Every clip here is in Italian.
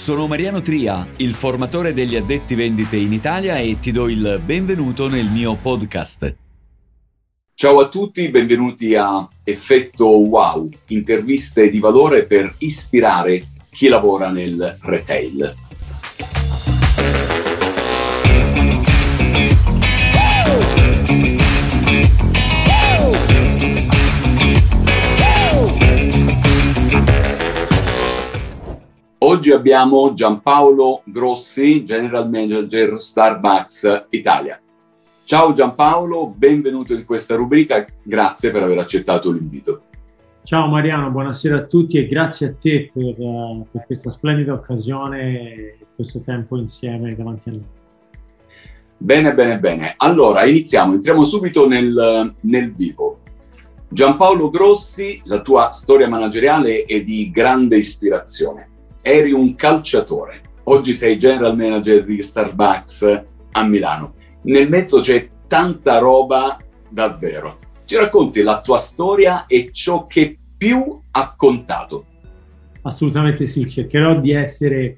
Sono Mariano Tria, il formatore degli addetti vendite in Italia e ti do il benvenuto nel mio podcast. Ciao a tutti, benvenuti a Effetto Wow, interviste di valore per ispirare chi lavora nel retail. Oggi abbiamo Giampaolo Grossi, General Manager Starbucks Italia. Ciao Giampaolo, benvenuto in questa rubrica, grazie per aver accettato l'invito. Ciao Mariano, buonasera a tutti e grazie a te per questa splendida occasione e questo tempo insieme davanti a noi. Bene. Allora, entriamo subito nel vivo. Giampaolo Grossi, la tua storia manageriale è di grande ispirazione. Eri un calciatore, oggi sei General Manager di Starbucks a Milano. Nel mezzo c'è tanta roba davvero. Ci racconti la tua storia e ciò che più ha contato? Assolutamente sì, cercherò di essere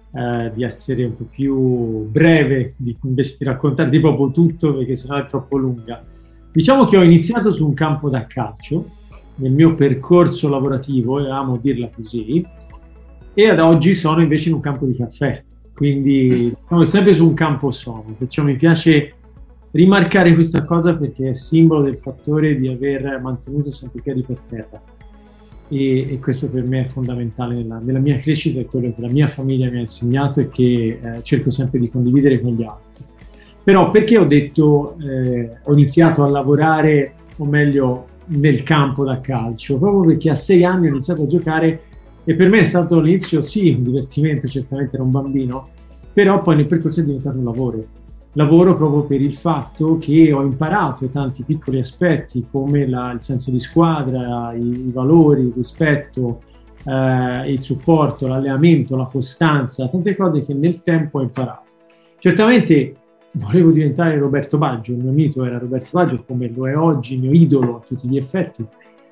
un po' più breve invece di raccontarti proprio tutto, perché sennò è troppo lunga. Diciamo che ho iniziato su un campo da calcio, nel mio percorso lavorativo, e amo dirla così, e ad oggi sono invece in un campo di caffè, quindi sono sempre su un campo sono, perciò mi piace rimarcare questa cosa perché è simbolo del fattore di aver mantenuto sempre i piedi per terra e questo per me è fondamentale nella mia crescita, è quello che la mia famiglia mi ha insegnato e che cerco sempre di condividere con gli altri. Però perché ho iniziato a lavorare, o meglio nel campo da calcio? Proprio perché a 6 anni ho iniziato a giocare. E per me è stato all'inizio sì un divertimento, certamente ero un bambino, però poi nel percorso è diventato un lavoro proprio per il fatto che ho imparato tanti piccoli aspetti come il senso di squadra, i valori, il rispetto, il supporto, l'allenamento, la costanza, tante cose che nel tempo ho imparato. Certamente volevo diventare Roberto Baggio, il mio mito era Roberto Baggio, come lo è oggi, il mio idolo a tutti gli effetti,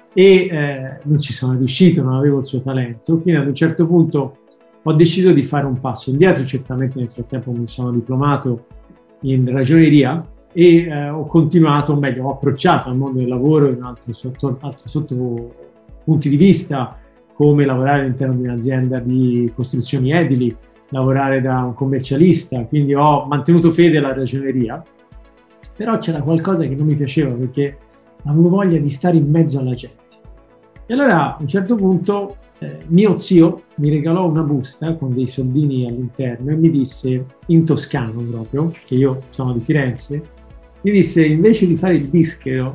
e non ci sono riuscito, non avevo il suo talento, quindi ad un certo punto ho deciso di fare un passo indietro. Certamente nel frattempo mi sono diplomato in ragioneria e ho continuato, o meglio ho approcciato al mondo del lavoro in altri sotto punti di vista, come lavorare all'interno di un'azienda di costruzioni edili, lavorare da un commercialista, quindi ho mantenuto fede alla ragioneria, però c'era qualcosa che non mi piaceva perché avevo voglia di stare in mezzo alla gente. E allora a un certo punto mio zio mi regalò una busta con dei soldini all'interno e mi disse, in toscano proprio, che io sono di Firenze, mi disse: invece di fare il bischero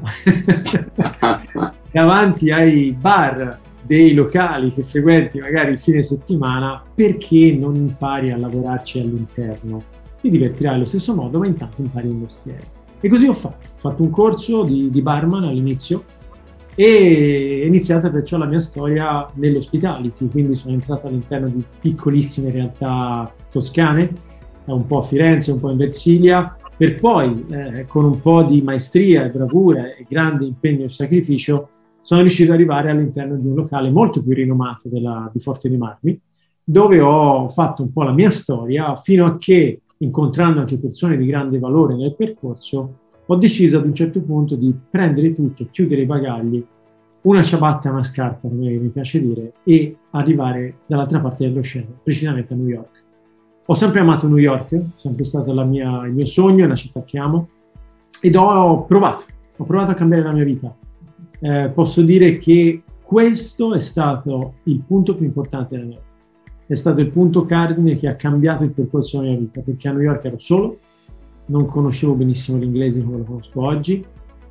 davanti ai bar dei locali che frequenti magari il fine settimana, perché non impari a lavorarci all'interno? Ti divertirai allo stesso modo, ma intanto impari il mestiere. E così ho fatto un corso di barman all'inizio e è iniziata perciò la mia storia nell'hospitality, quindi sono entrato all'interno di piccolissime realtà toscane, un po' a Firenze, un po' in Versilia, per poi con un po' di maestria e bravura e grande impegno e sacrificio sono riuscito ad arrivare all'interno di un locale molto più rinomato di Forte dei Marmi, dove ho fatto un po' la mia storia fino a che, incontrando anche persone di grande valore nel percorso, ho deciso ad un certo punto di prendere tutto, chiudere i bagagli, una ciabatta e una scarpa, come mi piace dire, e arrivare dall'altra parte dell'oceano, precisamente a New York. Ho sempre amato New York, sempre stato il mio sogno, è una città che amo, ed ho provato a cambiare la mia vita. Posso dire che questo è stato il punto più importante della mia vita. È stato il punto cardine che ha cambiato il percorso della mia vita, perché a New York ero solo, non conoscevo benissimo l'inglese come lo conosco oggi,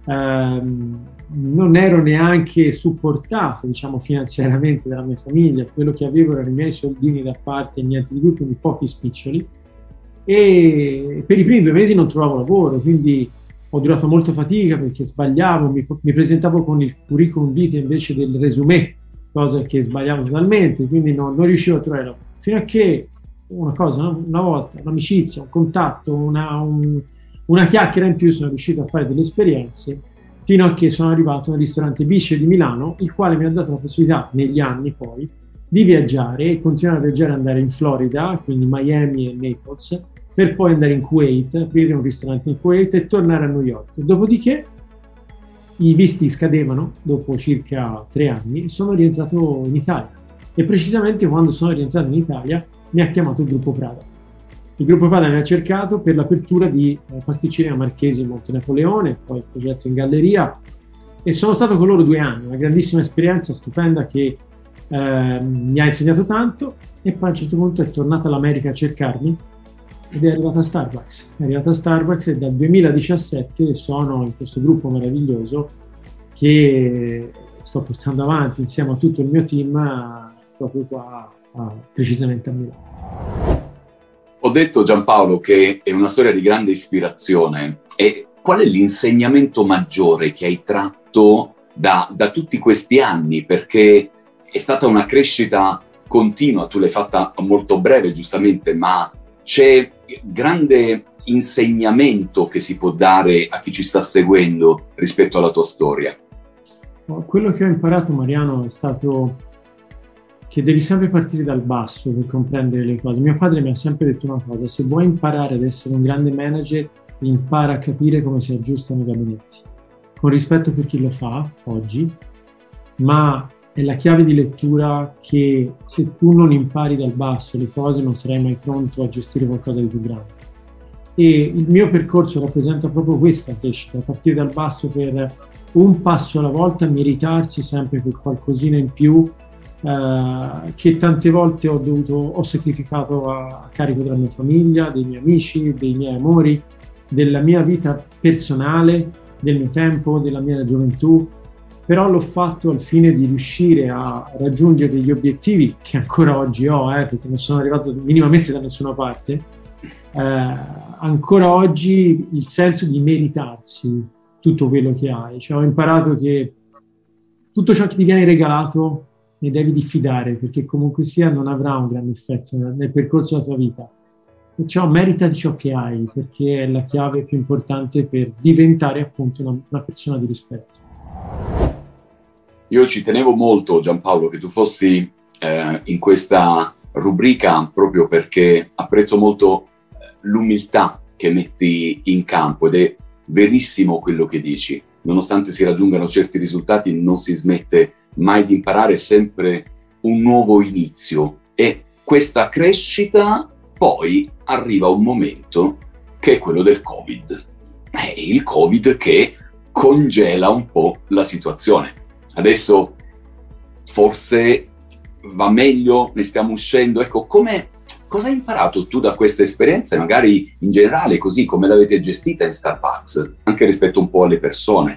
non ero neanche supportato, diciamo, finanziariamente dalla mia famiglia, quello che avevo erano i miei soldini da parte e niente di più, quindi pochi spiccioli, e per i primi 2 mesi non trovavo lavoro, quindi ho durato molto fatica perché sbagliavo, mi presentavo con il curriculum vitae invece del resumé, cosa che sbagliavo totalmente, quindi non riuscivo a trovare lavoro, fino a che una volta, un'amicizia, un contatto, una chiacchiera in più, sono riuscito a fare delle esperienze fino a che sono arrivato al ristorante Bisce di Milano, il quale mi ha dato la possibilità negli anni poi di viaggiare e continuare a viaggiare, andare in Florida, quindi Miami e Naples, per poi andare in Kuwait, aprire un ristorante in Kuwait e tornare a New York. Dopodiché i visti scadevano dopo circa 3 anni e sono rientrato in Italia. E precisamente quando sono rientrato in Italia mi ha chiamato il gruppo Prada. Il gruppo Prada mi ha cercato per l'apertura di Pasticceria Marchesi in Monte Napoleone, poi il progetto in galleria, e sono stato con loro 2 anni, una grandissima esperienza stupenda che mi ha insegnato tanto, e poi a un certo punto è tornata l'America a cercarmi ed è arrivata a Starbucks. È arrivata a Starbucks e dal 2017 sono in questo gruppo meraviglioso che sto portando avanti insieme a tutto il mio team proprio qua, precisamente a Milano. Ho detto, Giampaolo, che è una storia di grande ispirazione. E qual è l'insegnamento maggiore che hai tratto da tutti questi anni? Perché è stata una crescita continua, tu l'hai fatta molto breve, giustamente, ma c'è grande insegnamento che si può dare a chi ci sta seguendo rispetto alla tua storia. Quello che ho imparato, Mariano, è stato che devi sempre partire dal basso per comprendere le cose. Mio padre mi ha sempre detto una cosa: se vuoi imparare ad essere un grande manager, impara a capire come si aggiustano i gabinetti, con rispetto per chi lo fa oggi, ma è la chiave di lettura che se tu non impari dal basso le cose non sarai mai pronto a gestire qualcosa di più grande. E il mio percorso rappresenta proprio questa crescita, partire dal basso per un passo alla volta, meritarsi sempre per qualcosina in più, che tante volte ho sacrificato a carico della mia famiglia, dei miei amici, dei miei amori, della mia vita personale, del mio tempo, della mia gioventù, però l'ho fatto al fine di riuscire a raggiungere degli obiettivi che ancora oggi ho, perché non sono arrivato minimamente da nessuna parte. Ancora oggi il senso di meritarsi tutto quello che hai. Cioè, ho imparato che tutto ciò che ti viene regalato ne devi diffidare, perché comunque sia non avrà un grande effetto nel percorso della tua vita. Perciò meritati ciò che hai, perché è la chiave più importante per diventare appunto una persona di rispetto. Io ci tenevo molto, Giampaolo, che tu fossi in questa rubrica, proprio perché apprezzo molto l'umiltà che metti in campo, ed è verissimo quello che dici. Nonostante si raggiungano certi risultati, non si smette mai di imparare, sempre un nuovo inizio. E questa crescita poi arriva un momento che è quello del Covid. È il Covid che congela un po' la situazione. Adesso forse va meglio, ne stiamo uscendo. Ecco, cosa hai imparato tu da questa esperienza e magari in generale, così come l'avete gestita in Starbucks, anche rispetto un po' alle persone?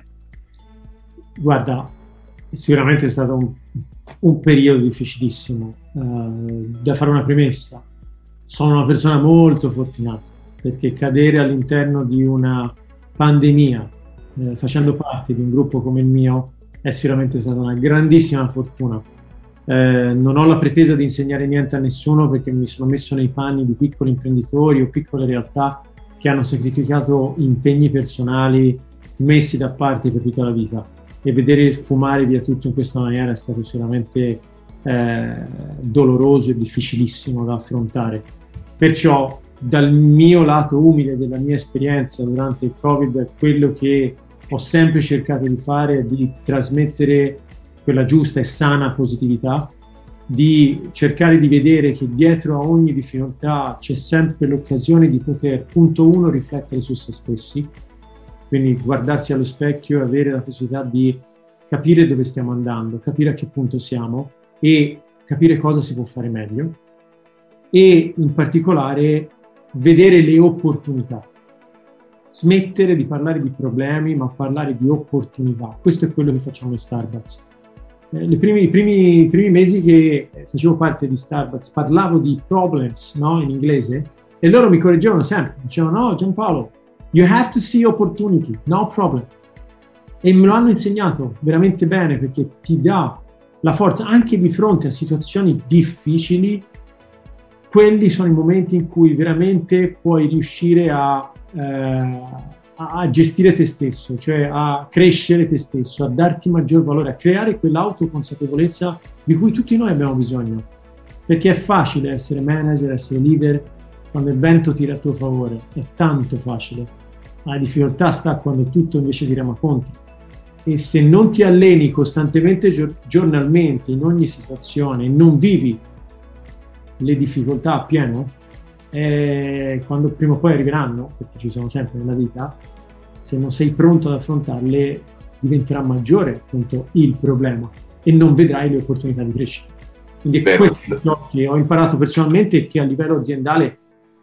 Guarda, sicuramente è stato un periodo difficilissimo. Da fare una premessa: sono una persona molto fortunata, perché cadere all'interno di una pandemia facendo parte di un gruppo come il mio è sicuramente stata una grandissima fortuna. Non ho la pretesa di insegnare niente a nessuno, perché mi sono messo nei panni di piccoli imprenditori o piccole realtà che hanno sacrificato impegni personali messi da parte per tutta la vita, e vedere fumare via tutto in questa maniera è stato sicuramente doloroso e difficilissimo da affrontare. Perciò dal mio lato umile della mia esperienza durante il Covid, quello che ho sempre cercato di fare è di trasmettere quella giusta e sana positività, di cercare di vedere che dietro a ogni difficoltà c'è sempre l'occasione di poter, punto 1, riflettere su se stessi, quindi guardarsi allo specchio e avere la possibilità di capire dove stiamo andando, capire a che punto siamo e capire cosa si può fare meglio, e in particolare vedere le opportunità. Smettere di parlare di problemi, ma parlare di opportunità. Questo è quello che facciamo in Starbucks. I primi mesi che facevo parte di Starbucks parlavo di problems, no, in inglese, e loro mi correggevano sempre, dicevano: no, Giampaolo, you have to see opportunity, no problem. E me lo hanno insegnato veramente bene, perché ti dà la forza anche di fronte a situazioni difficili. Quelli sono i momenti in cui veramente puoi riuscire a a gestire te stesso, cioè a crescere te stesso, a darti maggior valore, a creare quell'autoconsapevolezza di cui tutti noi abbiamo bisogno. Perché è facile essere manager, essere leader quando il vento tira a tuo favore, è tanto facile. La difficoltà sta quando tutto invece tira contro. E se non ti alleni costantemente, giornalmente, in ogni situazione, e non vivi le difficoltà a pieno, quando prima o poi arriveranno, perché ci sono sempre nella vita, se non sei pronto ad affrontarle, diventerà maggiore appunto il problema e non vedrai le opportunità di crescere. Quindi è questo che ho imparato personalmente e che a livello aziendale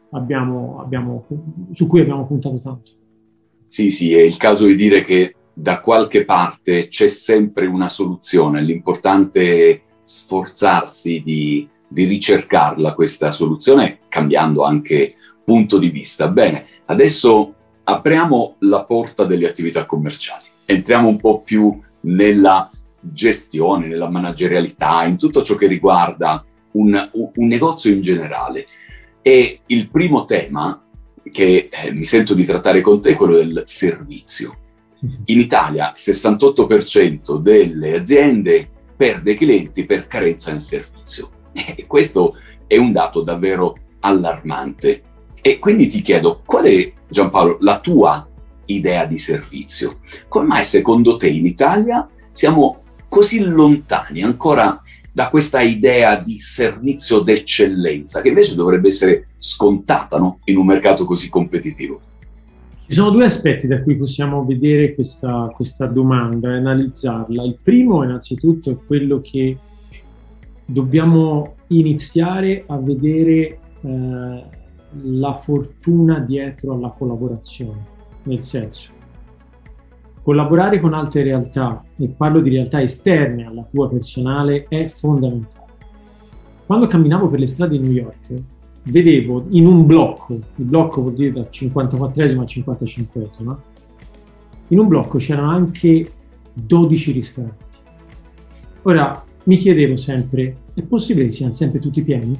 su cui abbiamo puntato tanto. Sì, è il caso di dire che da qualche parte c'è sempre una soluzione, l'importante è sforzarsi di ricercarla questa soluzione, cambiando anche punto di vista. Bene, adesso apriamo la porta delle attività commerciali, entriamo un po' più nella gestione, nella managerialità, in tutto ciò che riguarda un negozio in generale. E il primo tema che mi sento di trattare con te è quello del servizio. In Italia il 68% delle aziende perde clienti per carenza nel servizio. E questo è un dato davvero allarmante. E quindi ti chiedo, qual è, Giampaolo, la tua idea di servizio? Come mai secondo te in Italia siamo così lontani ancora da questa idea di servizio d'eccellenza, che invece dovrebbe essere scontata, no? In un mercato così competitivo? Ci sono due aspetti da cui possiamo vedere questa domanda e analizzarla. Il primo, innanzitutto, è quello che dobbiamo iniziare a vedere la fortuna dietro alla collaborazione, nel senso, collaborare con altre realtà, e parlo di realtà esterne alla tua personale, è fondamentale. Quando camminavo per le strade di New York, vedevo in un blocco, il blocco vuol dire dal 54esimo al 55esimo, in un blocco c'erano anche 12 ristoranti. Ora, mi chiedevo sempre, è possibile che siano sempre tutti pieni?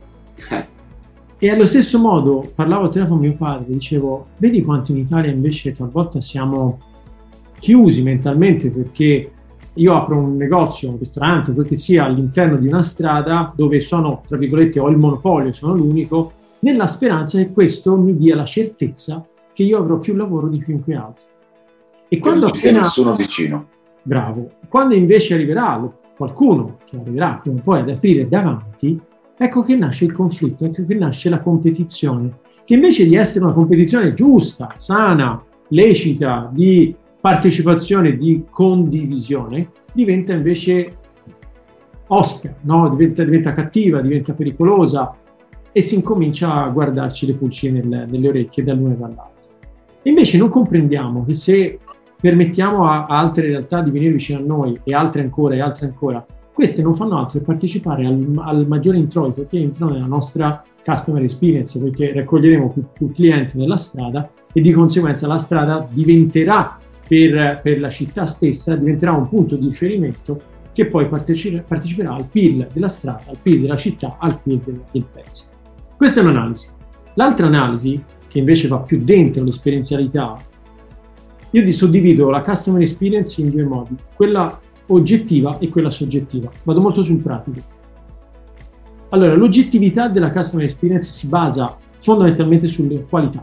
E allo stesso modo parlavo al telefono con mio padre, dicevo, vedi quanto in Italia invece talvolta siamo chiusi mentalmente, perché io apro un negozio, un ristorante, quel che sia, all'interno di una strada dove sono, tra virgolette, ho il monopolio, sono l'unico, nella speranza che questo mi dia la certezza che io avrò più lavoro di chiunque altro. E quando non ci sia nessuno vicino. Bravo. Quando invece arriverà qualcuno che arriverà prima o poi ad aprire davanti, ecco che nasce il conflitto, ecco che nasce la competizione, che invece di essere una competizione giusta, sana, lecita, di partecipazione, di condivisione, diventa invece ostica, no? diventa cattiva, diventa pericolosa e si incomincia a guardarci le pulcine nelle orecchie dall'uno e dall'altro. E invece non comprendiamo che se permettiamo a altre realtà di venire vicino a noi e altre ancora, queste non fanno altro che partecipare al maggiore introito che entrano nella nostra customer experience, perché raccoglieremo più clienti nella strada e di conseguenza la strada diventerà per la città stessa, diventerà un punto di riferimento che poi parteciperà al PIL della strada, al PIL della città, al PIL del paese. Questa è un'analisi. L'altra analisi, che invece va più dentro l'esperienzialità, io suddivido la customer experience in due modi, quella oggettiva e quella soggettiva. Vado molto sul pratico. Allora, l'oggettività della customer experience si basa fondamentalmente sulle qualità.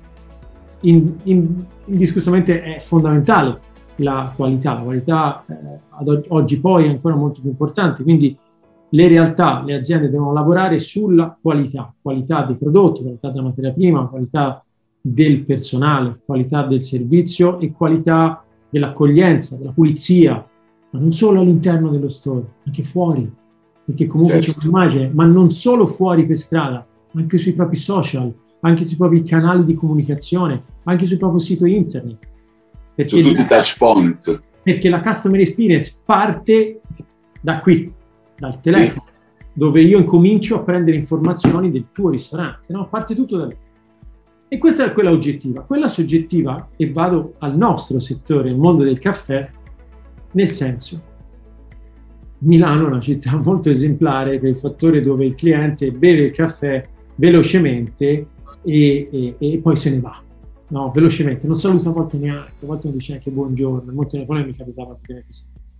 Indiscutiblemente è fondamentale la qualità ad oggi poi è ancora molto più importante, quindi le realtà, le aziende devono lavorare sulla qualità dei prodotti, qualità della materia prima, qualità del personale, qualità del servizio e qualità dell'accoglienza, della pulizia, ma non solo all'interno dello store, anche fuori, perché comunque c'è un'immagine, ma non solo fuori per strada, ma anche sui propri social, anche sui propri canali di comunicazione, anche sul proprio sito internet. Su tutti i touch point. Perché la customer experience parte da qui, dal telefono, dove io incomincio a prendere informazioni del tuo ristorante, no? Parte tutto da lì. E questa è quella oggettiva. Quella soggettiva, e vado al nostro settore, il mondo del caffè, nel senso, Milano è una città molto esemplare per il fattore dove il cliente beve il caffè velocemente e poi se ne va. no, velocemente, non saluta a volte neanche, a volte non dice neanche buongiorno, molto mi capitava bene così.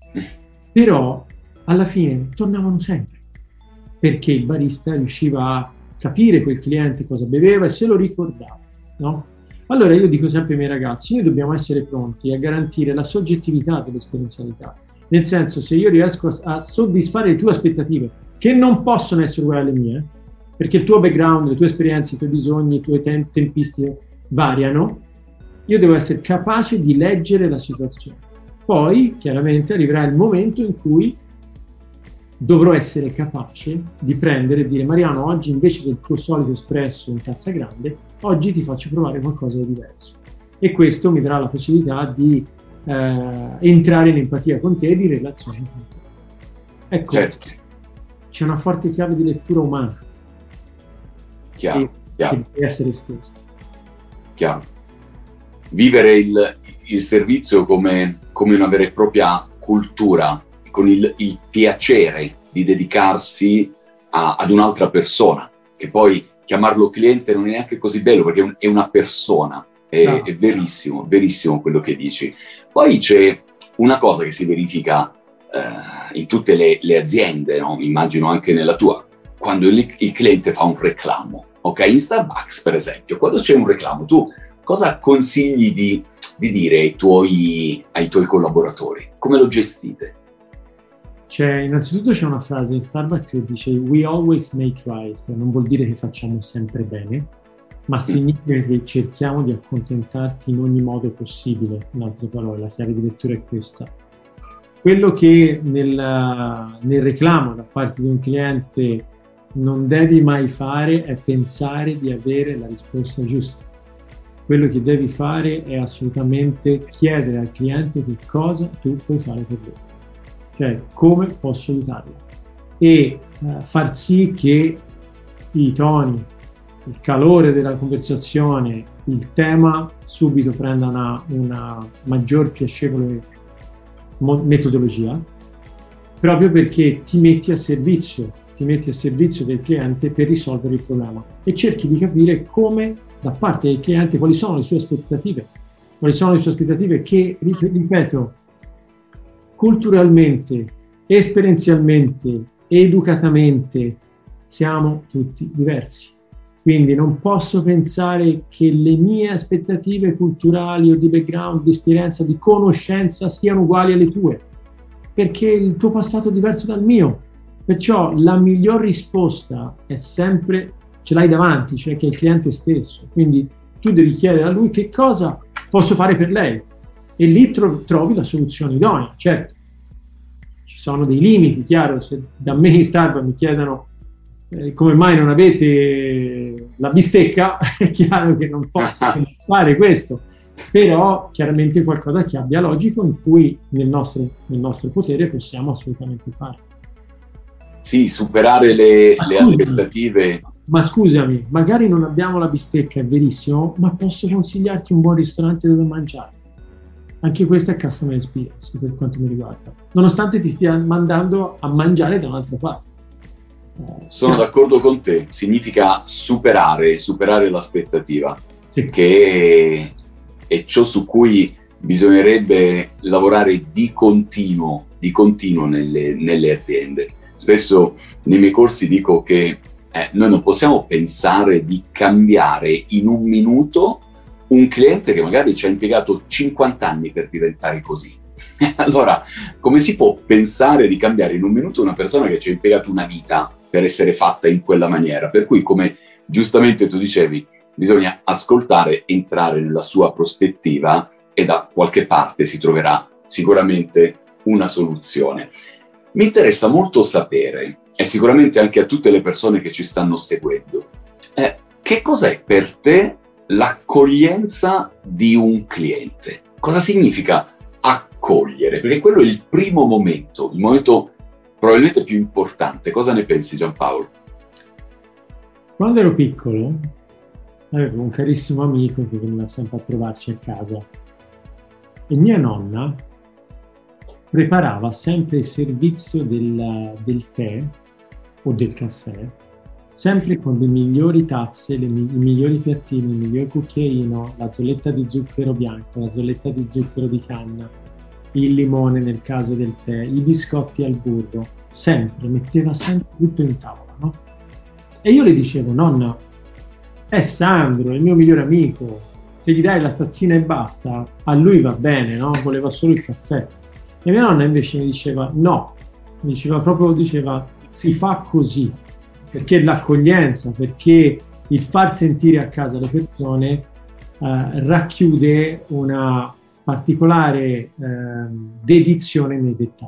Però alla fine tornavano sempre, perché il barista riusciva a capire quel cliente cosa beveva e se lo ricordava, no? Allora io dico sempre ai miei ragazzi, noi dobbiamo essere pronti a garantire la soggettività dell'esperienzialità, nel senso, se io riesco a soddisfare le tue aspettative, che non possono essere uguali alle mie, perché il tuo background, le tue esperienze, i tuoi bisogni, i tuoi tempistiche variano, io devo essere capace di leggere la situazione. Poi, chiaramente, arriverà il momento in cui dovrò essere capace di prendere e dire: Mariano, oggi invece del tuo solito espresso in tazza grande, oggi ti faccio provare qualcosa di diverso. E questo mi darà la possibilità di entrare in empatia con te e di relazione con te. Ecco, certo. C'è una forte chiave di lettura umana chiaro. Che deve essere estesa. Chiaro. Vivere il servizio come una vera e propria cultura, con il piacere di dedicarsi ad un'altra persona, che poi chiamarlo cliente non è neanche così bello perché è una persona. È verissimo, verissimo quello che dici. Poi c'è una cosa che si verifica in tutte le aziende, no? Immagino anche nella tua, quando il cliente fa un reclamo, ok? In Starbucks, per esempio, quando c'è un reclamo, tu cosa consigli di dire ai tuoi collaboratori? Come lo gestite? Innanzitutto c'è una frase in Starbucks che dice "We always make right", non vuol dire che facciamo sempre bene, ma significa che cerchiamo di accontentarti in ogni modo possibile. In altre parole, la chiave di lettura è questa. Quello che nel reclamo da parte di un cliente non devi mai fare è pensare di avere la risposta giusta. Quello che devi fare è assolutamente chiedere al cliente che cosa tu puoi fare per lui, cioè come posso aiutarlo, e far sì che i toni, il calore della conversazione, il tema subito prenda una maggior piacevole metodologia, proprio perché ti metti a servizio del cliente per risolvere il problema e cerchi di capire come, da parte del cliente, quali sono le sue aspettative che, ripeto, culturalmente, esperienzialmente, educatamente siamo tutti diversi. Quindi non posso pensare che le mie aspettative culturali o di background, di esperienza, di conoscenza siano uguali alle tue, perché il tuo passato è diverso dal mio. Perciò la miglior risposta è sempre, ce l'hai davanti, cioè che è il cliente stesso. Quindi tu devi chiedere a lui che cosa posso fare per lei e lì trovi la soluzione idonea. Certo, ci sono dei limiti, chiaro, se da me in Starbucks mi chiedono come mai non avete la bistecca, è chiaro che non posso fare questo, però chiaramente qualcosa che abbia logico, in cui nel nostro potere possiamo assolutamente fare. Sì, superare le aspettative. Ma scusami, magari non abbiamo la bistecca, è verissimo, ma posso consigliarti un buon ristorante dove mangiare. Anche questa è customer experience per quanto mi riguarda, nonostante ti stia mandando a mangiare da un'altra parte. Sono d'accordo con te, significa superare l'aspettativa, sì, che è ciò su cui bisognerebbe lavorare di continuo nelle aziende. Spesso nei miei corsi dico che noi non possiamo pensare di cambiare in un minuto un cliente che magari ci ha impiegato 50 anni per diventare così. Allora, come si può pensare di cambiare in un minuto una persona che ci ha impiegato una vita per essere fatta in quella maniera? Per cui, come giustamente tu dicevi, bisogna ascoltare, entrare nella sua prospettiva e da qualche parte si troverà sicuramente una soluzione. Mi interessa molto sapere, e sicuramente anche a tutte le persone che ci stanno seguendo, che cos'è per te l'accoglienza di un cliente? Cosa significa accogliere? Perché quello è il primo momento, il momento probabilmente più importante. Cosa ne pensi, Giampaolo? Quando ero piccolo avevo un carissimo amico che veniva sempre a trovarci a casa e mia nonna preparava sempre il servizio del tè o del caffè sempre con le migliori tazze, i migliori piattini, il miglior cucchiaino, la zolletta di zucchero bianco, la zolletta di zucchero di canna, il limone nel caso del tè, i biscotti al burro, sempre, metteva sempre tutto in tavola, no? E io le dicevo, nonna, è Sandro, è il mio migliore amico, se gli dai la tazzina e basta, a lui va bene, no? Voleva solo il caffè. E mia nonna invece mi diceva, no, diceva, si fa così, perché l'accoglienza, perché il far sentire a casa le persone racchiude una particolare dedizione nei dettagli.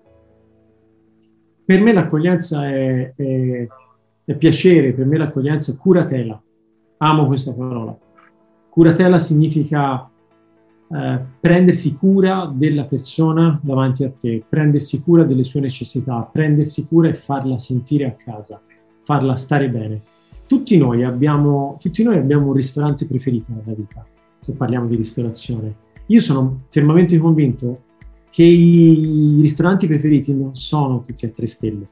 Per me l'accoglienza è piacere, per me l'accoglienza è curatela. Amo questa parola. Curatela significa prendersi cura della persona davanti a te, prendersi cura delle sue necessità, prendersi cura e farla sentire a casa, farla stare bene. Tutti noi abbiamo un ristorante preferito nella vita, se parliamo di ristorazione. Io sono fermamente convinto che i ristoranti preferiti non sono tutti a 3 stelle.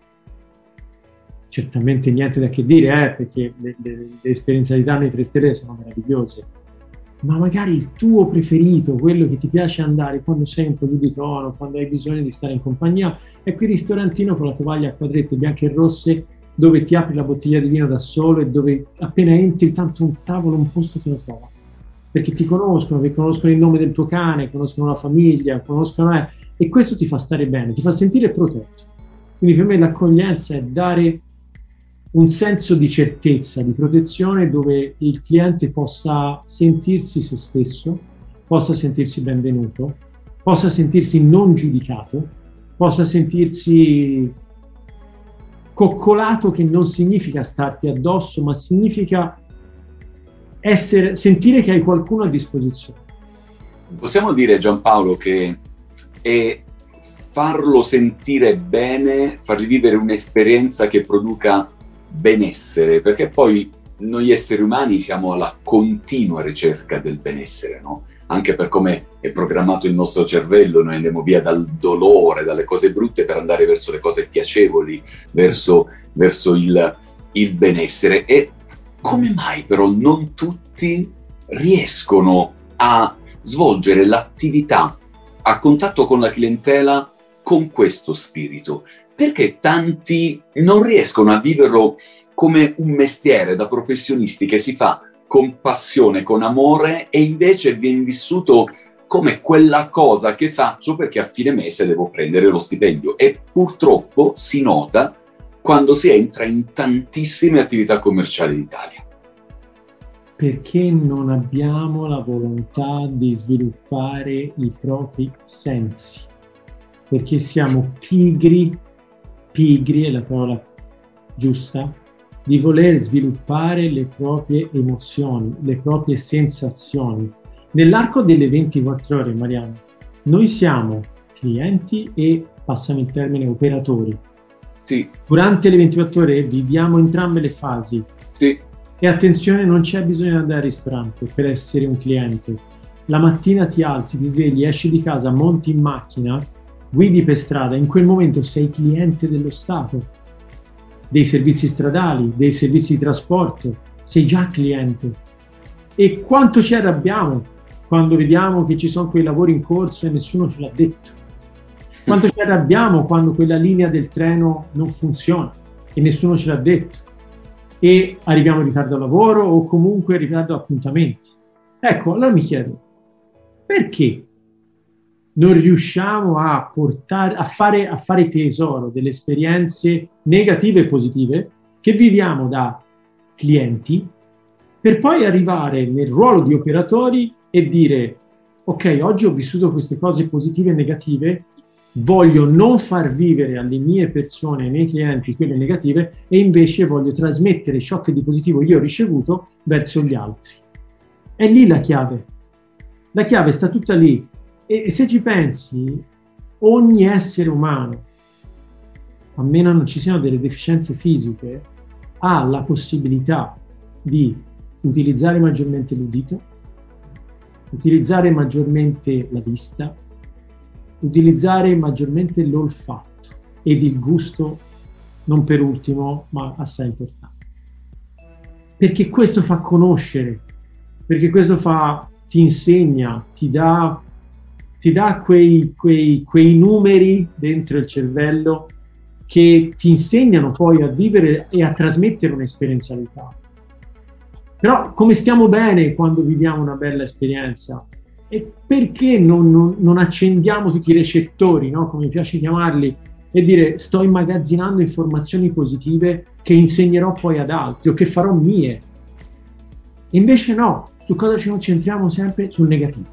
Certamente niente da che dire, perché le esperienzialità nei 3 stelle sono meravigliose, ma magari il tuo preferito, quello che ti piace andare quando sei un po' giù di tono, quando hai bisogno di stare in compagnia, è quel ristorantino con la tovaglia a quadrette bianche e rosse, dove ti apri la bottiglia di vino da solo e dove appena entri tanto un tavolo, un posto te lo trova. Perché ti conoscono, perché conoscono il nome del tuo cane, conoscono la famiglia, conoscono e questo ti fa stare bene, ti fa sentire protetto. Quindi per me l'accoglienza è dare un senso di certezza, di protezione, dove il cliente possa sentirsi se stesso, possa sentirsi benvenuto, possa sentirsi non giudicato, possa sentirsi coccolato, che non significa starti addosso, ma significa sentire che hai qualcuno a disposizione. Possiamo dire, Giampaolo, che è farlo sentire bene, fargli vivere un'esperienza che produca benessere, perché poi noi esseri umani siamo alla continua ricerca del benessere, no? Anche per come è programmato il nostro cervello, noi andiamo via dal dolore, dalle cose brutte per andare verso le cose piacevoli, verso il benessere. E come mai però non tutti riescono a svolgere l'attività a contatto con la clientela con questo spirito? Perché tanti non riescono a viverlo come un mestiere da professionisti che si fa con passione, con amore, e invece viene vissuto come quella cosa che faccio perché a fine mese devo prendere lo stipendio? E purtroppo si nota quando si entra in tantissime attività commerciali d'Italia. Perché non abbiamo la volontà di sviluppare i propri sensi, perché siamo pigri è la parola giusta, di voler sviluppare le proprie emozioni, le proprie sensazioni. Nell'arco delle 24 ore, Mariano, noi siamo clienti e, passami il termine, operatori. Sì. Durante le 24 ore viviamo entrambe le fasi. Sì. E attenzione, non c'è bisogno di andare al ristorante per essere un cliente. La mattina ti alzi, ti svegli, esci di casa, monti in macchina, guidi per strada, in quel momento sei cliente dello Stato, dei servizi stradali, dei servizi di trasporto, sei già cliente. E quanto ci arrabbiamo quando vediamo che ci sono quei lavori in corso e nessuno ce l'ha detto. Quanto ci arrabbiamo quando quella linea del treno non funziona e nessuno ce l'ha detto. E arriviamo in ritardo al lavoro o comunque in ritardo a appuntamenti. Ecco, allora mi chiedo, perché non riusciamo a fare tesoro delle esperienze negative e positive che viviamo da clienti, per poi arrivare nel ruolo di operatori e dire: ok, oggi ho vissuto queste cose positive e negative, voglio non far vivere alle mie persone, ai miei clienti, quelle negative, e invece voglio trasmettere ciò che di positivo io ho ricevuto verso gli altri. È lì la chiave. La chiave sta tutta lì. E se ci pensi, ogni essere umano, a meno non ci siano delle deficienze fisiche, ha la possibilità di utilizzare maggiormente l'udito, utilizzare maggiormente la vista, utilizzare maggiormente l'olfatto ed il gusto non per ultimo, ma assai importante. Perché questo fa conoscere, perché questo ti insegna, ti dà quei numeri dentro il cervello che ti insegnano poi a vivere e a trasmettere un'esperienzialità. Però come stiamo bene quando viviamo una bella esperienza? E perché non accendiamo tutti i recettori, no? Come mi piace chiamarli, e dire sto immagazzinando informazioni positive che insegnerò poi ad altri o che farò mie. E invece no, su cosa ci concentriamo sempre? Sul negativo.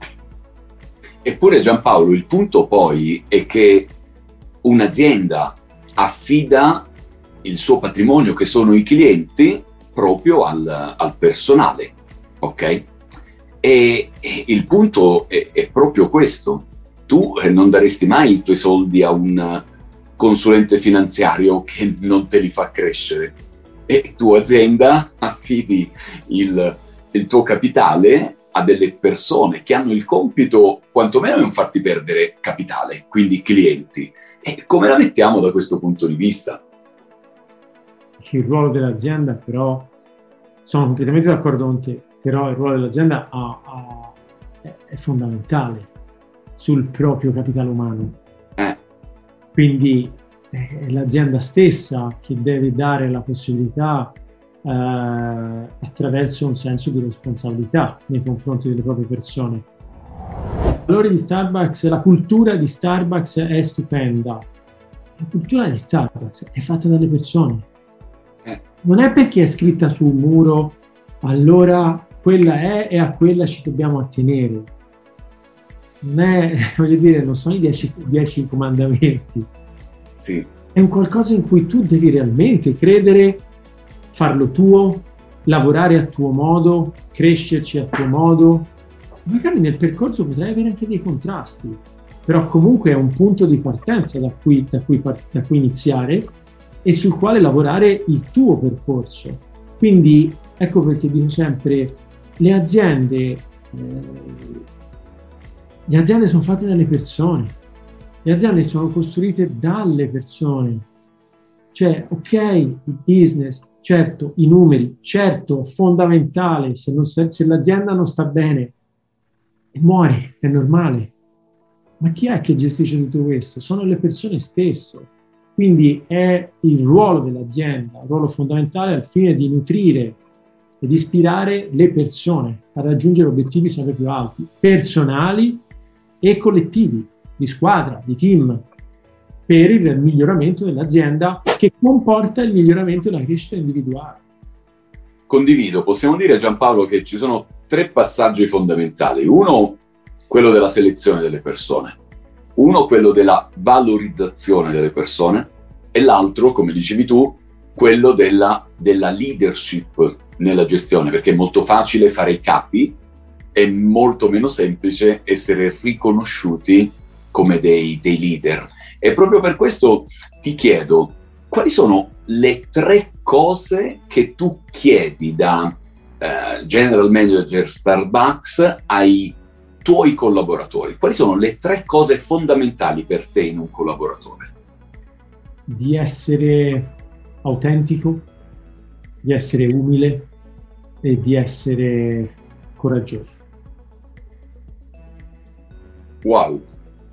Eppure Giampaolo, il punto poi è che un'azienda affida il suo patrimonio, che sono i clienti, proprio al personale, ok? E il punto è proprio questo. Tu non daresti mai i tuoi soldi a un consulente finanziario che non te li fa crescere, e tua azienda affidi il tuo capitale a delle persone che hanno il compito quantomeno di non farti perdere capitale, quindi clienti. E come la mettiamo da questo punto di vista? Il ruolo dell'azienda, però, sono completamente d'accordo con te, però il ruolo dell'azienda è fondamentale sul proprio capitale umano. Quindi è l'azienda stessa che deve dare la possibilità attraverso un senso di responsabilità nei confronti delle proprie persone. I valori di Starbucks, la cultura di Starbucks è stupenda. La cultura di Starbucks è fatta dalle persone. Non è perché è scritta su un muro, allora quella è e a quella ci dobbiamo attenere. Non è, voglio dire, non sono i 10 comandamenti. Sì. È un qualcosa in cui tu devi realmente credere, farlo tuo, lavorare a tuo modo, crescerci a tuo modo. Magari nel percorso potrai avere anche dei contrasti, però comunque è un punto di partenza da cui iniziare e sul quale lavorare il tuo percorso. Quindi ecco perché dico sempre, le aziende sono fatte dalle persone, le aziende sono costruite dalle persone. Cioè, ok, il business, certo, i numeri, certo, fondamentale, se l'azienda non sta bene, muore, è normale. Ma chi è che gestisce tutto questo? Sono le persone stesse. Quindi è il ruolo dell'azienda, un ruolo fondamentale al fine di nutrire ed ispirare le persone a raggiungere obiettivi sempre più alti, personali e collettivi, di squadra, di team, per il miglioramento dell'azienda, che comporta il miglioramento della crescita individuale. Condivido, possiamo dire, Giampaolo, che ci sono 3 passaggi fondamentali. Uno, quello della selezione delle persone. Uno, quello della valorizzazione delle persone, e l'altro, come dicevi tu, quello della leadership nella gestione, perché è molto facile fare i capi, è molto meno semplice essere riconosciuti come dei leader. E proprio per questo ti chiedo, quali sono le 3 cose che tu chiedi da General Manager Starbucks ai tuoi collaboratori? Quali sono le 3 cose fondamentali per te in un collaboratore? Di essere autentico, di essere umile e di essere coraggioso. Wow!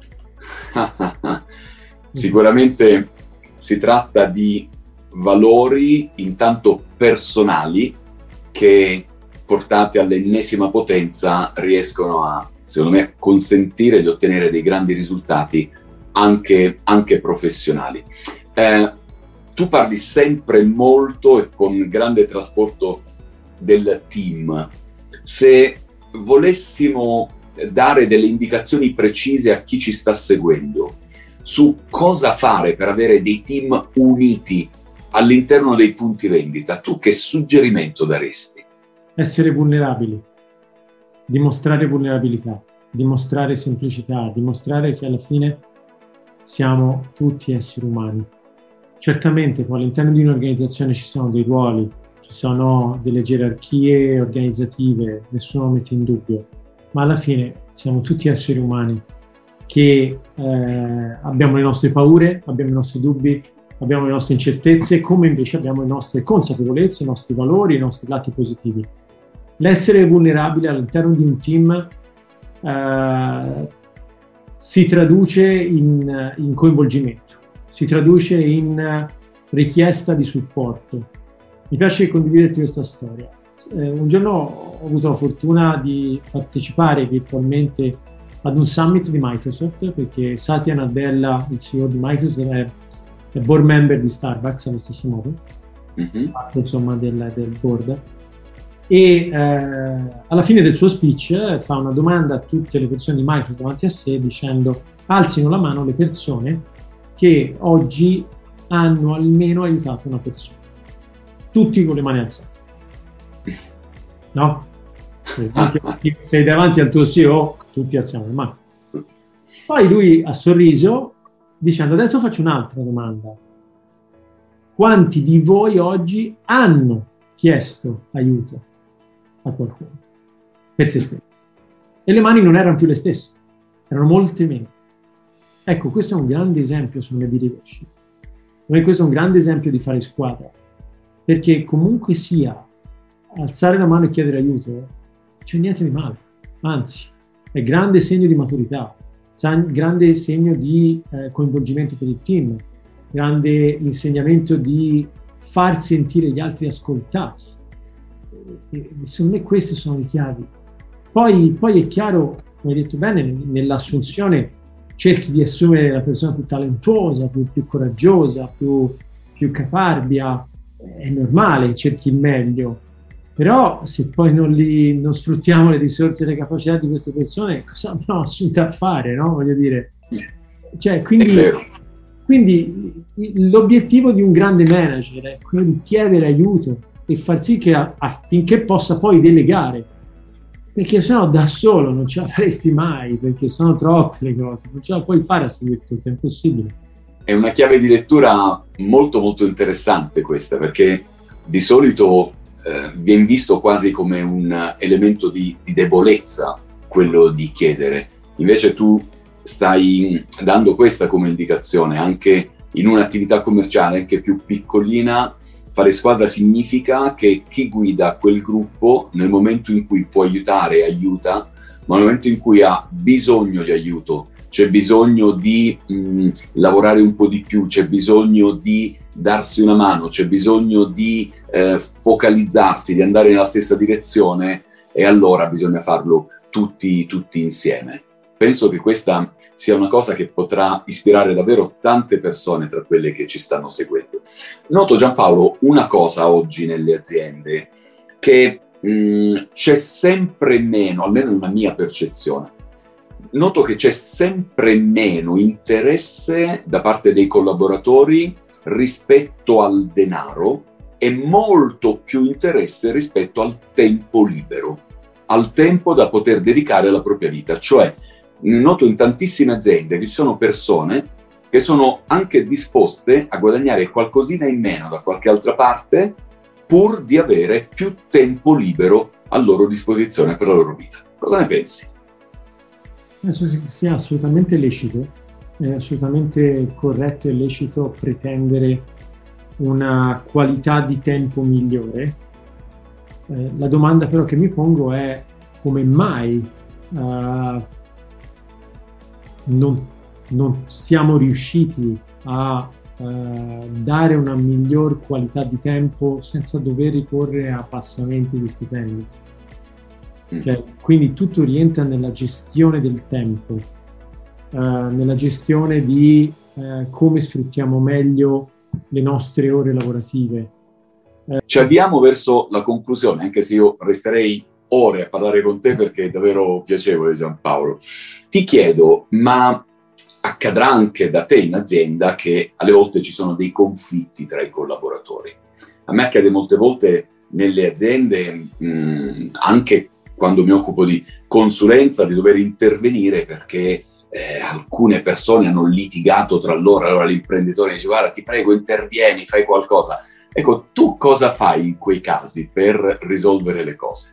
Sicuramente si tratta di valori intanto personali che, portati all'ennesima potenza, riescono a, secondo me, a consentire di ottenere dei grandi risultati anche professionali. Tu parli sempre molto e con grande trasporto del team. Se volessimo dare delle indicazioni precise a chi ci sta seguendo su cosa fare per avere dei team uniti all'interno dei punti vendita, tu che suggerimento daresti? Essere vulnerabili, dimostrare vulnerabilità, dimostrare semplicità, dimostrare che alla fine siamo tutti esseri umani. Certamente poi all'interno di un'organizzazione ci sono dei ruoli, ci sono delle gerarchie organizzative, nessuno lo mette in dubbio, ma alla fine siamo tutti esseri umani che abbiamo le nostre paure, abbiamo i nostri dubbi, abbiamo le nostre incertezze, come invece abbiamo le nostre consapevolezze, i nostri valori, i nostri lati positivi. L'essere vulnerabile all'interno di un team si traduce in coinvolgimento, si traduce in richiesta di supporto. Mi piace condividerti questa storia. Un giorno ho avuto la fortuna di partecipare virtualmente ad un summit di Microsoft, perché Satya Nadella, il CEO di Microsoft, è board member di Starbucks allo stesso modo, parte insomma del board. E alla fine del suo speech fa una domanda a tutte le persone di Microsoft davanti a sé, dicendo: alzino la mano le persone che oggi hanno almeno aiutato una persona. Tutti con le mani alzate. No? Sei davanti al tuo CEO, tutti alziamo le mani. Poi lui ha sorriso dicendo: adesso faccio un'altra domanda. Quanti di voi oggi hanno chiesto aiuto a qualcuno per se stessi? E le mani non erano più le stesse, erano molte meno. Ecco, questo è un grande esempio secondo me di leadership. Questo è un grande esempio di fare squadra, perché comunque sia alzare la mano e chiedere aiuto non c'è niente di male, anzi è grande segno di maturità, grande segno di coinvolgimento per il team, grande insegnamento di far sentire gli altri ascoltati. E secondo me queste sono le chiavi. Poi è chiaro, come hai detto bene, nell'assunzione cerchi di assumere la persona più talentuosa, più coraggiosa, più caparbia, è normale, cerchi il meglio. Però se poi non sfruttiamo le risorse e le capacità di queste persone, cosa abbiamo assunto a fare, no? Voglio dire. Cioè, quindi l'obiettivo di un grande manager è quello di chiedere aiuto e far sì che affinché possa poi delegare, perché sennò da solo non ce la faresti mai, perché sono troppe le cose, non ce la puoi fare a seguire tutto, è impossibile. È una chiave di lettura molto molto interessante questa, perché di solito viene visto quasi come un elemento di debolezza quello di chiedere. Invece tu stai dando questa come indicazione. Anche in un'attività commerciale che è più piccolina, fare squadra significa che chi guida quel gruppo nel momento in cui può aiutare aiuta, ma nel momento in cui ha bisogno di aiuto, c'è bisogno di lavorare un po' di più, c'è bisogno di darsi una mano, c'è bisogno di focalizzarsi, di andare nella stessa direzione, e allora bisogna farlo tutti insieme. Penso che questa sia una cosa che potrà ispirare davvero tante persone tra quelle che ci stanno seguendo. Noto, Giampaolo, una cosa oggi nelle aziende, che c'è sempre meno, almeno una mia percezione, noto che c'è sempre meno interesse da parte dei collaboratori rispetto al denaro e molto più interesse rispetto al tempo libero, al tempo da poter dedicare alla propria vita. Cioè, noto in tantissime aziende che ci sono persone che sono anche disposte a guadagnare qualcosina in meno da qualche altra parte pur di avere più tempo libero a loro disposizione per la loro vita. Cosa ne pensi? Penso sia assolutamente lecito, è assolutamente corretto e lecito pretendere una qualità di tempo migliore. La domanda però che mi pongo è: come mai non siamo riusciti a dare una miglior qualità di tempo senza dover ricorrere a abbassamenti di stipendi? Cioè, quindi tutto rientra nella gestione del tempo, nella gestione di come sfruttiamo meglio le nostre ore lavorative. Ci avviamo verso la conclusione, anche se io resterei ore a parlare con te perché è davvero piacevole, Giampaolo. Ti chiedo, ma accadrà anche da te in azienda che alle volte ci sono dei conflitti tra i collaboratori? A me accade molte volte nelle aziende, anche quando mi occupo di consulenza, di dover intervenire perché alcune persone hanno litigato tra loro. Allora l'imprenditore dice: guarda, ti prego, intervieni, fai qualcosa. Ecco, tu cosa fai in quei casi per risolvere le cose?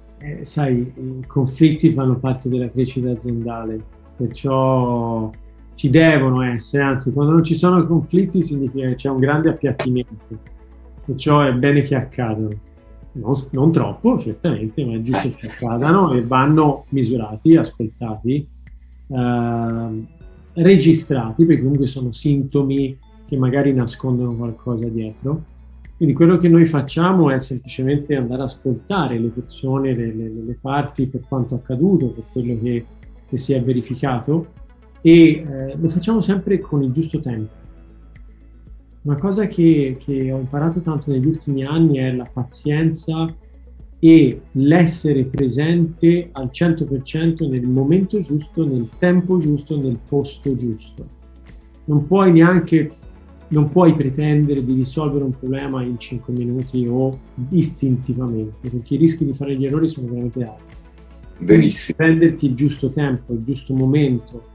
Sai, i conflitti fanno parte della crescita aziendale, perciò ci devono essere, anzi quando non ci sono conflitti significa che c'è un grande appiattimento, perciò è bene che accadano. Non troppo, certamente, ma è giusto che accadano e vanno misurati, ascoltati, registrati, perché comunque sono sintomi che magari nascondono qualcosa dietro. Quindi quello che noi facciamo è semplicemente andare ad ascoltare le persone, le parti per quanto accaduto, per quello che si è verificato, e lo facciamo sempre con il giusto tempo. Una cosa che ho imparato tanto negli ultimi anni è la pazienza e l'essere presente al 100% nel momento giusto, nel tempo giusto, nel posto giusto. Non puoi pretendere di risolvere un problema in 5 minuti o istintivamente, perché i rischi di fare gli errori sono veramente alti. Verissimo. Prenderti il giusto tempo, il giusto momento.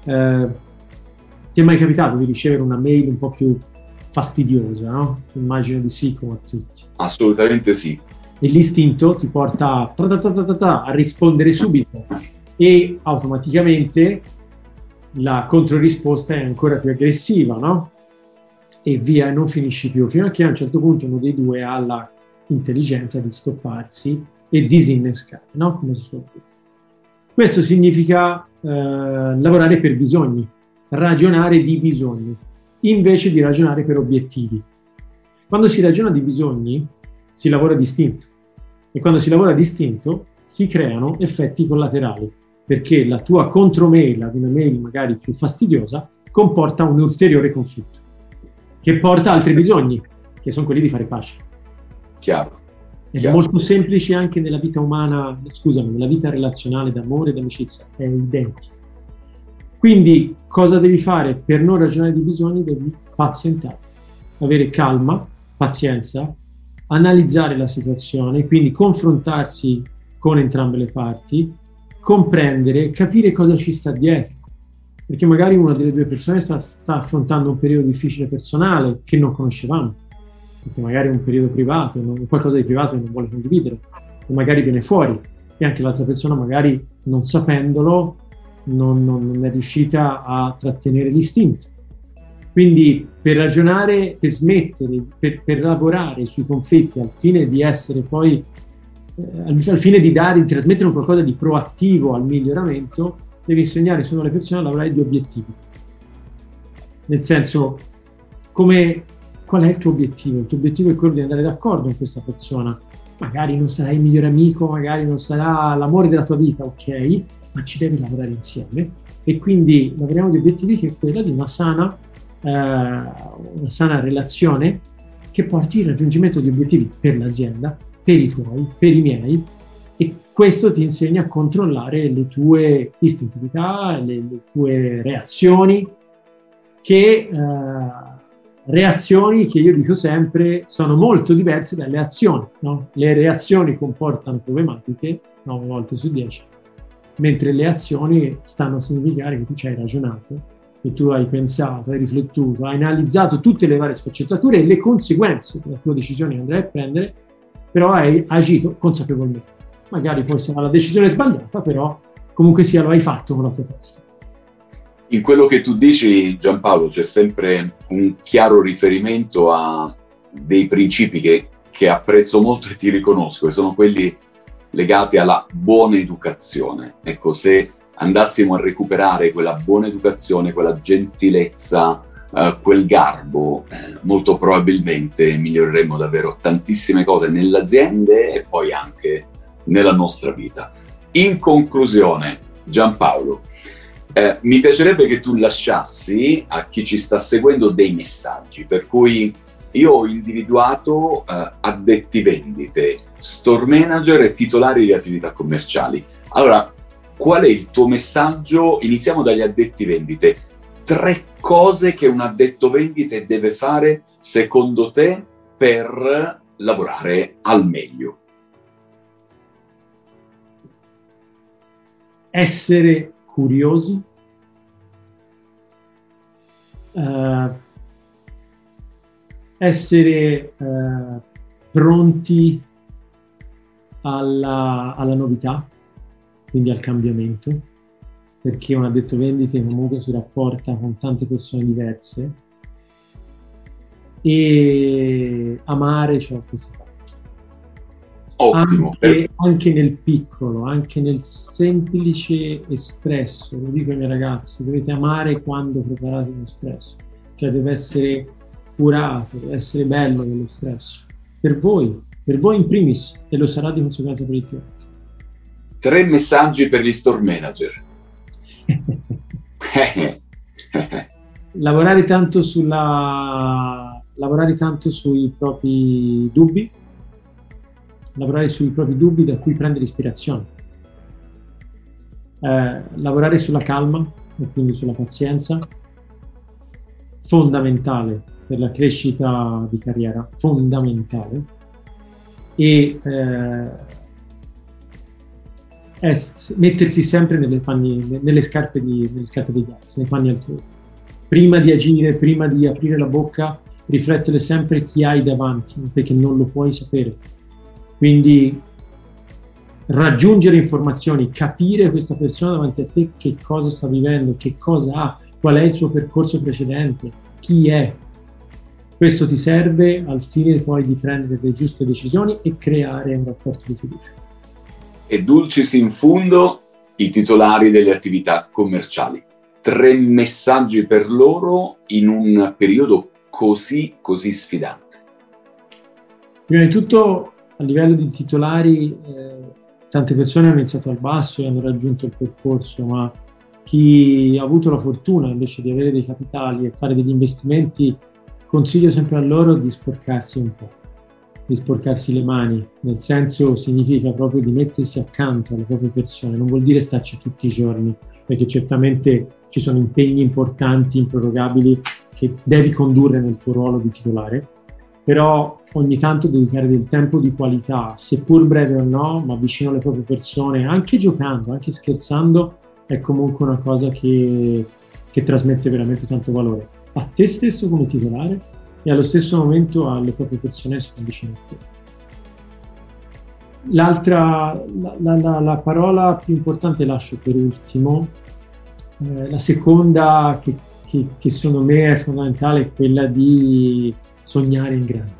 Ti è mai capitato di ricevere una mail un po' più fastidiosa, no? Immagino di sì, come a tutti. Assolutamente sì. E l'istinto ti porta a rispondere subito e automaticamente la controrisposta è ancora più aggressiva, no? E via, e non finisci più, fino a che a un certo punto uno dei due ha l'intelligenza di stopparsi e disinnescare, no? Come si suol dire. Questo significa lavorare per bisogni, ragionare di bisogni, invece di ragionare per obiettivi. Quando si ragiona di bisogni, si lavora distinto. E quando si lavora distinto, si creano effetti collaterali, perché la tua contromail ad una mail magari più fastidiosa comporta un ulteriore conflitto, che porta a altri bisogni, che sono quelli di fare pace. Chiaro. È molto semplice anche nella vita umana, nella vita relazionale d'amore e d'amicizia, è identico. Quindi cosa devi fare per non ragionare di bisogni? Devi pazientare, avere calma, pazienza, analizzare la situazione, quindi confrontarsi con entrambe le parti, comprendere, capire cosa ci sta dietro. Perché magari una delle due persone sta affrontando un periodo difficile personale che non conoscevamo, perché magari è un periodo privato, qualcosa di privato che non vuole condividere, e magari viene fuori, e anche l'altra persona magari non sapendolo non è riuscita a trattenere l'istinto. Quindi per ragionare, per smettere, per lavorare sui conflitti al fine di essere poi, al fine di trasmettere un qualcosa di proattivo al miglioramento, devi insegnare solo alle persone a lavorare di obiettivi. Nel senso, qual è il tuo obiettivo? Il tuo obiettivo è quello di andare d'accordo con questa persona. Magari non sarà il migliore amico, magari non sarà l'amore della tua vita, ok? Ma ci devi lavorare insieme. E quindi lavoriamo di obiettivi, che è quella di una sana relazione che porti al raggiungimento di obiettivi per l'azienda, per i tuoi, per i miei, e questo ti insegna a controllare le tue istintività, le tue reazioni, reazioni che io dico sempre sono molto diverse dalle azioni, no? Le reazioni comportano problematiche 9 volte su 10, mentre le azioni stanno a significare che tu ci hai ragionato, che tu hai pensato, hai riflettuto, hai analizzato tutte le varie sfaccettature e le conseguenze della tua decisione che andrai a prendere, però hai agito consapevolmente. Magari poi sarà la decisione sbagliata, però comunque sia lo hai fatto con la tua testa. In quello che tu dici, Giampaolo, c'è sempre un chiaro riferimento a dei principi che apprezzo molto e ti riconosco, e sono quelli legati alla buona educazione. Ecco, se andassimo a recuperare quella buona educazione, quella gentilezza, quel garbo, molto probabilmente miglioreremmo davvero tantissime cose nelle aziende e poi anche nella nostra vita. In conclusione, Giampaolo, mi piacerebbe che tu lasciassi a chi ci sta seguendo dei messaggi, per cui io ho individuato addetti vendite, store manager e titolari di attività commerciali. Allora, qual è il tuo messaggio? Iniziamo dagli addetti vendite. 3 cose che un addetto vendite deve fare, secondo te, per lavorare al meglio. Essere curiosi, essere pronti alla novità, quindi al cambiamento, perché un addetto vendite comunque si rapporta con tante persone diverse, e amare ciò che si fa. Ottimo. Anche nel piccolo, anche nel semplice espresso, lo dico ai miei ragazzi, dovete amare quando preparate un espresso, cioè deve essere curato, deve essere bello quell'espresso, per voi in primis, e lo sarà di conseguenza per il cliente. 3 messaggi per gli store manager. Lavorare tanto sui propri dubbi, da cui prendere ispirazione, lavorare sulla calma e quindi sulla pazienza, fondamentale per la crescita di carriera, fondamentale, e mettersi sempre nelle scarpe degli altri, nei panni altrui. Prima di agire, prima di aprire la bocca, riflettere sempre chi hai davanti, perché non lo puoi sapere. Quindi raggiungere informazioni, capire questa persona davanti a te che cosa sta vivendo, che cosa ha, qual è il suo percorso precedente, chi è. Questo ti serve al fine poi di prendere le giuste decisioni e creare un rapporto di fiducia. E dulcis in fundo, i titolari delle attività commerciali. 3 messaggi per loro in un periodo così sfidante. Prima di tutto, a livello di titolari, tante persone hanno iniziato al basso e hanno raggiunto il percorso, ma chi ha avuto la fortuna invece di avere dei capitali e fare degli investimenti, consiglio sempre a loro di sporcarsi un po', di sporcarsi le mani, nel senso significa proprio di mettersi accanto alle proprie persone, non vuol dire starci tutti i giorni, perché certamente ci sono impegni importanti, improrogabili, che devi condurre nel tuo ruolo di titolare, però ogni tanto dedicare del tempo di qualità, seppur breve o no, ma vicino alle proprie persone, anche giocando, anche scherzando, è comunque una cosa che trasmette veramente tanto valore a te stesso come titolare e allo stesso momento alle proprie persone che sono vicine a te. La parola più importante lascio per ultimo, la seconda che secondo me è fondamentale è quella di sognare in grande.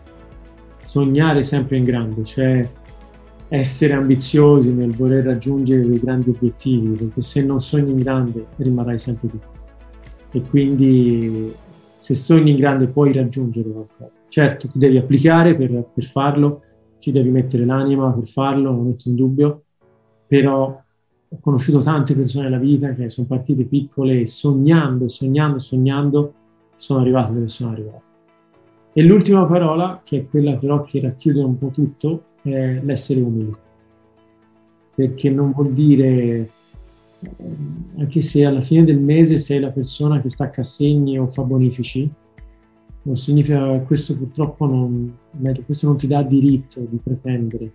Sognare sempre in grande, cioè essere ambiziosi nel voler raggiungere dei grandi obiettivi, perché se non sogni in grande rimarrai sempre piccolo. E quindi se sogni in grande puoi raggiungere qualcosa. Certo, ti devi applicare per farlo, ci devi mettere l'anima per farlo, non metto in dubbio, però ho conosciuto tante persone nella vita che sono partite piccole e sognando sono arrivate dove sono arrivate. E l'ultima parola, che è quella però che racchiude un po' tutto, è l'essere umili. Perché non vuol dire, anche se alla fine del mese sei la persona che stacca assegni o fa bonifici, non significa, questo purtroppo questo non ti dà diritto di pretendere.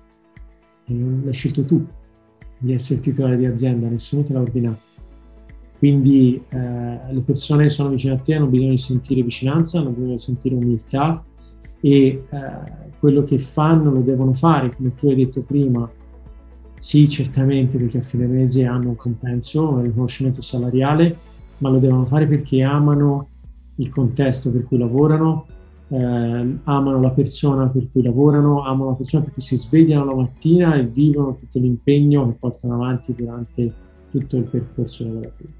L'hai scelto tu di essere titolare di azienda, nessuno te l'ha ordinato. Quindi le persone che sono vicine a te hanno bisogno di sentire vicinanza, hanno bisogno di sentire umiltà e quello che fanno lo devono fare, come tu hai detto prima, sì certamente perché a fine mese hanno un compenso, un riconoscimento salariale, ma lo devono fare perché amano il contesto per cui lavorano, amano la persona per cui lavorano, amano la persona per cui si svegliano la mattina e vivono tutto l'impegno che portano avanti durante tutto il percorso lavorativo.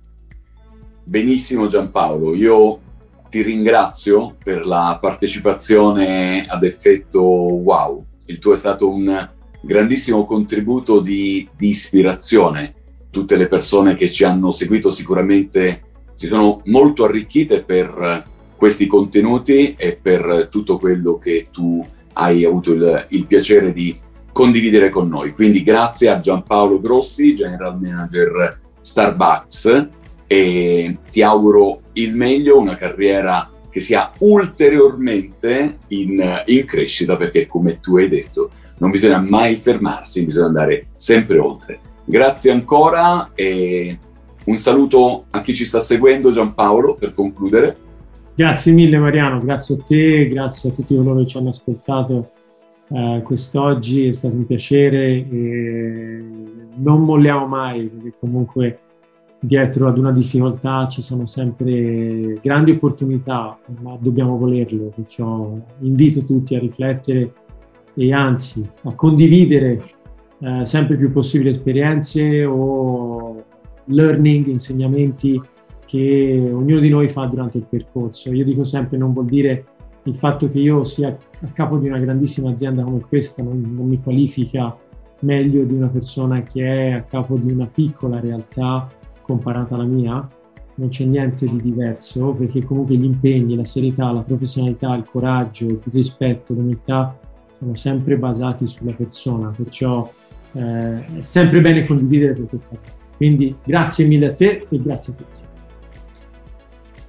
Benissimo Giampaolo, io ti ringrazio per la partecipazione ad Effetto Wow. Il tuo è stato un grandissimo contributo di ispirazione. Tutte le persone che ci hanno seguito sicuramente si sono molto arricchite per questi contenuti e per tutto quello che tu hai avuto il piacere di condividere con noi. Quindi grazie a Giampaolo Grossi, General Manager Starbucks, e ti auguro il meglio, una carriera che sia ulteriormente in crescita, perché come tu hai detto non bisogna mai fermarsi, bisogna andare sempre oltre. Grazie ancora e un saluto a chi ci sta seguendo, Giampaolo, per concludere. Grazie mille Mariano, grazie a te, grazie a tutti coloro che ci hanno ascoltato quest'oggi, è stato un piacere e non molliamo mai, perché comunque dietro ad una difficoltà ci sono sempre grandi opportunità, ma dobbiamo volerlo, perciò invito tutti a riflettere e anzi a condividere sempre più possibili esperienze o learning, insegnamenti che ognuno di noi fa durante il percorso. Io dico sempre, non vuol dire il fatto che io sia a capo di una grandissima azienda come questa non mi qualifica meglio di una persona che è a capo di una piccola realtà comparata alla mia. Non c'è niente di diverso, perché comunque gli impegni, la serietà, la professionalità, il coraggio, il rispetto, l'umiltà sono sempre basati sulla persona, perciò è sempre bene condividere per questo. Quindi grazie mille a te e grazie a tutti.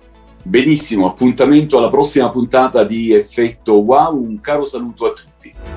Benissimo, appuntamento alla prossima puntata di Effetto Wow, un caro saluto a tutti.